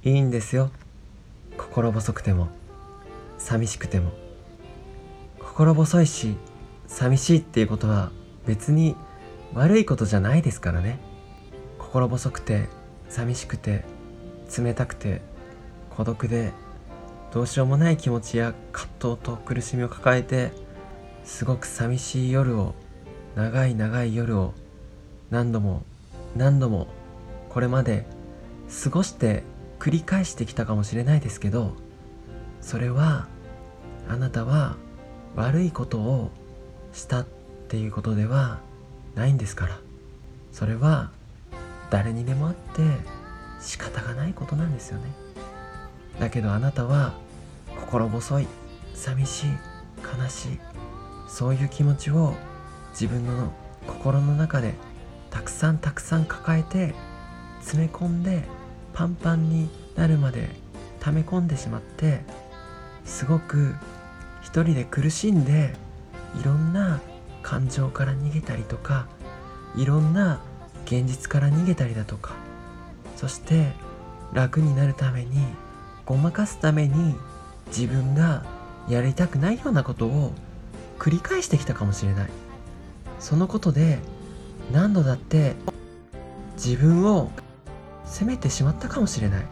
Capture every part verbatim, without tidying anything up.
いいんですよ。心細くても寂しくても。心細いし寂しいっていうことは別に悪いことじゃないですからね。心細くて寂しくて冷たくて孤独でどうしようもない気持ちや葛藤と苦しみを抱えて、すごく寂しい夜を、長い長い夜を何度も何度もこれまで過ごして繰り返してきたかもしれないですけど、それはあなたは悪いことをしたっていうことではないんですから。それは誰にでもあって仕方がないことなんですよね。だけどあなたは心細い、寂しい、悲しい、そういう気持ちを自分の心の中でたくさんたくさん抱えて、詰め込んでパンパンになるまで溜め込んでしまって、すごく一人で苦しんで、いろんな感情から逃げたりとか、いろんな現実から逃げたりだとか、そして楽になるために、ごまかすために自分がやりたくないようなことを繰り返してきたかもしれない。そのことで何度だって自分を責めてしまったかもしれない。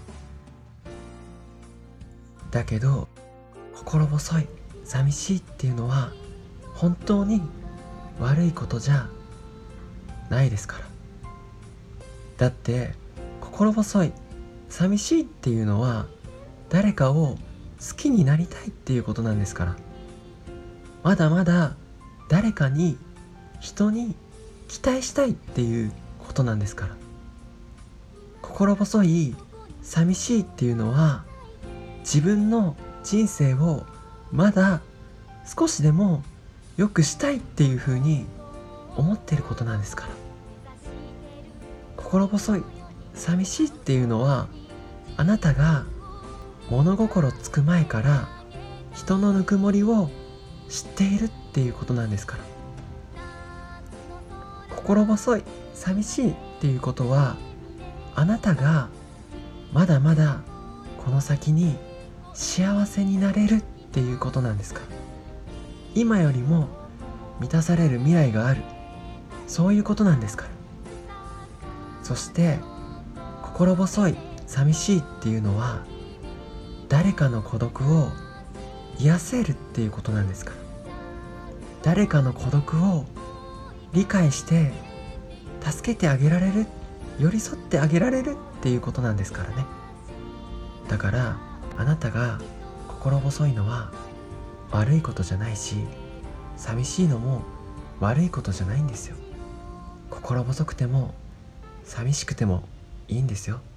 だけど心細い、寂しいっていうのは本当に悪いことじゃないですから。だって心細い、寂しいっていうのは誰かを好きになりたいっていうことなんですから。まだまだ誰かに、人に期待したいっていうことなんですから。心細い、寂しいっていうのは自分の人生をまだ少しでも良くしたいっていうふうに思っていることなんですから。心細い、寂しいっていうのは、あなたが物心つく前から人のぬくもりを知っているっていうことなんですから。心細い、寂しいっていうことは、あなたがまだまだこの先に幸せになれるっていうことなんですから。今よりも満たされる未来がある、そういうことなんですから。そして心細い、寂しいっていうのは、誰かの孤独を癒せるっていうことなんですから。誰かの孤独を理解して助けてあげられる、寄り添ってあげられるっていうことなんですからね。だからあなたが心細いのは悪いことじゃないし、寂しいのも悪いことじゃないんですよ。心細くても寂しくてもいいんですよ。